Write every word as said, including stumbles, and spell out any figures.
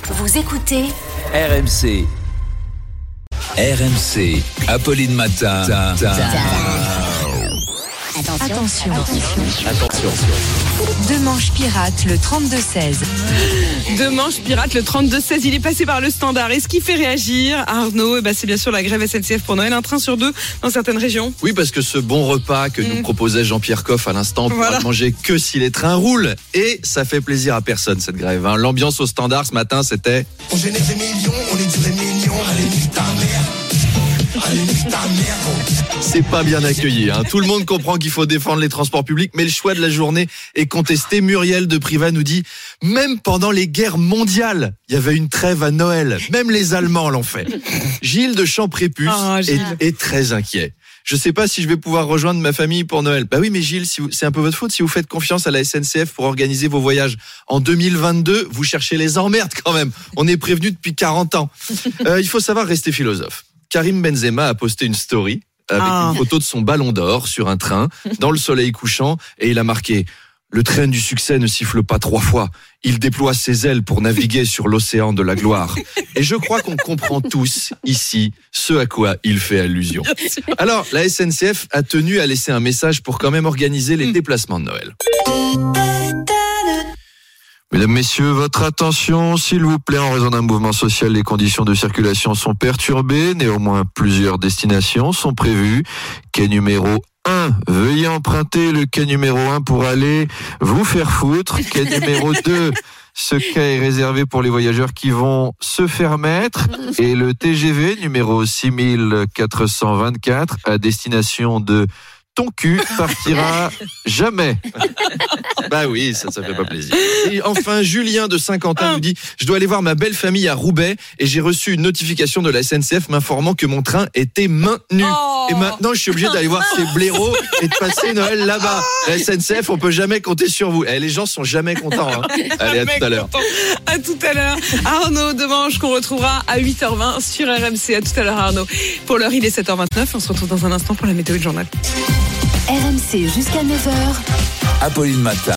Vous écoutez R M C. R M C. Apolline Matin. Attention. Attention. Attention. Deux manches pirates, le trente-deux seize. Deux manches pirates, le trente-deux seize, il est passé par le standard. Et ce qui fait réagir Arnaud, eh ben c'est bien sûr la grève S N C F pour Noël, un train sur deux dans certaines régions. Oui, parce que ce bon repas que nous Mmh. proposait Jean-Pierre Coff à l'instant, on pourra Voilà. le manger que si les trains roulent. Et ça fait plaisir à personne, cette grève. hein. L'ambiance au standard ce matin, c'était... On génère des millions, on est dur et mignon. Allez, nique ta mère. Allez, nique ta mère. C'est pas bien accueilli. hein. Tout le monde comprend qu'il faut défendre les transports publics, mais le choix de la journée est contesté. Muriel de Privas nous dit, même pendant les guerres mondiales, il y avait une trêve à Noël. Même les Allemands l'ont fait. Gilles de Champ-Prépuce Ah, est, Gilles. est très inquiet. Je sais pas si je vais pouvoir rejoindre ma famille pour Noël. Bah oui, mais Gilles, si vous- c'est un peu votre faute. Si vous faites confiance à la S N C F pour organiser vos voyages en deux mille vingt-deux, vous cherchez les emmerdes quand même. On est prévenu depuis quarante ans. Euh, il faut savoir rester philosophe. Karim Benzema a posté une story avec Ah. une photo de son ballon d'or sur un train dans le soleil couchant et il a marqué « Le train du succès ne siffle pas trois fois. Il déploie ses ailes pour naviguer sur l'océan de la gloire. » Et je crois qu'on comprend tous ici ce à quoi il fait allusion. Alors, la S N C F a tenu à laisser un message pour quand même organiser les déplacements de Noël. Mesdames, Messieurs, votre attention, s'il vous plaît, en raison d'un mouvement social, les conditions de circulation sont perturbées. Néanmoins, plusieurs destinations sont prévues. Quai numéro un, veuillez emprunter le quai numéro un pour aller vous faire foutre. Quai numéro deux, ce quai est réservé pour les voyageurs qui vont se faire mettre. Et le T G V numéro six mille quatre cent vingt-quatre à destination de ton cul partira jamais. Bah oui, ça, ça fait pas plaisir. Et enfin, Julien de Saint-Quentin nous dit « Je dois aller voir ma belle famille à Roubaix et j'ai reçu une notification de la S N C F m'informant que mon train était maintenu. Oh. Et maintenant, je suis obligé d'aller voir ces blaireaux et de passer Noël là-bas. La S N C F, on peut jamais compter sur vous. Eh, les gens sont jamais contents. Hein. Allez, à Mec tout à l'heure. content. À tout à l'heure. Arnaud Demange qu'on retrouvera à huit heures vingt sur R M C. À tout à l'heure Arnaud. Pour l'heure, il est sept heures vingt-neuf. On se retrouve dans un instant pour la météo et le journal. R M C jusqu'à neuf heures. Apolline Matin.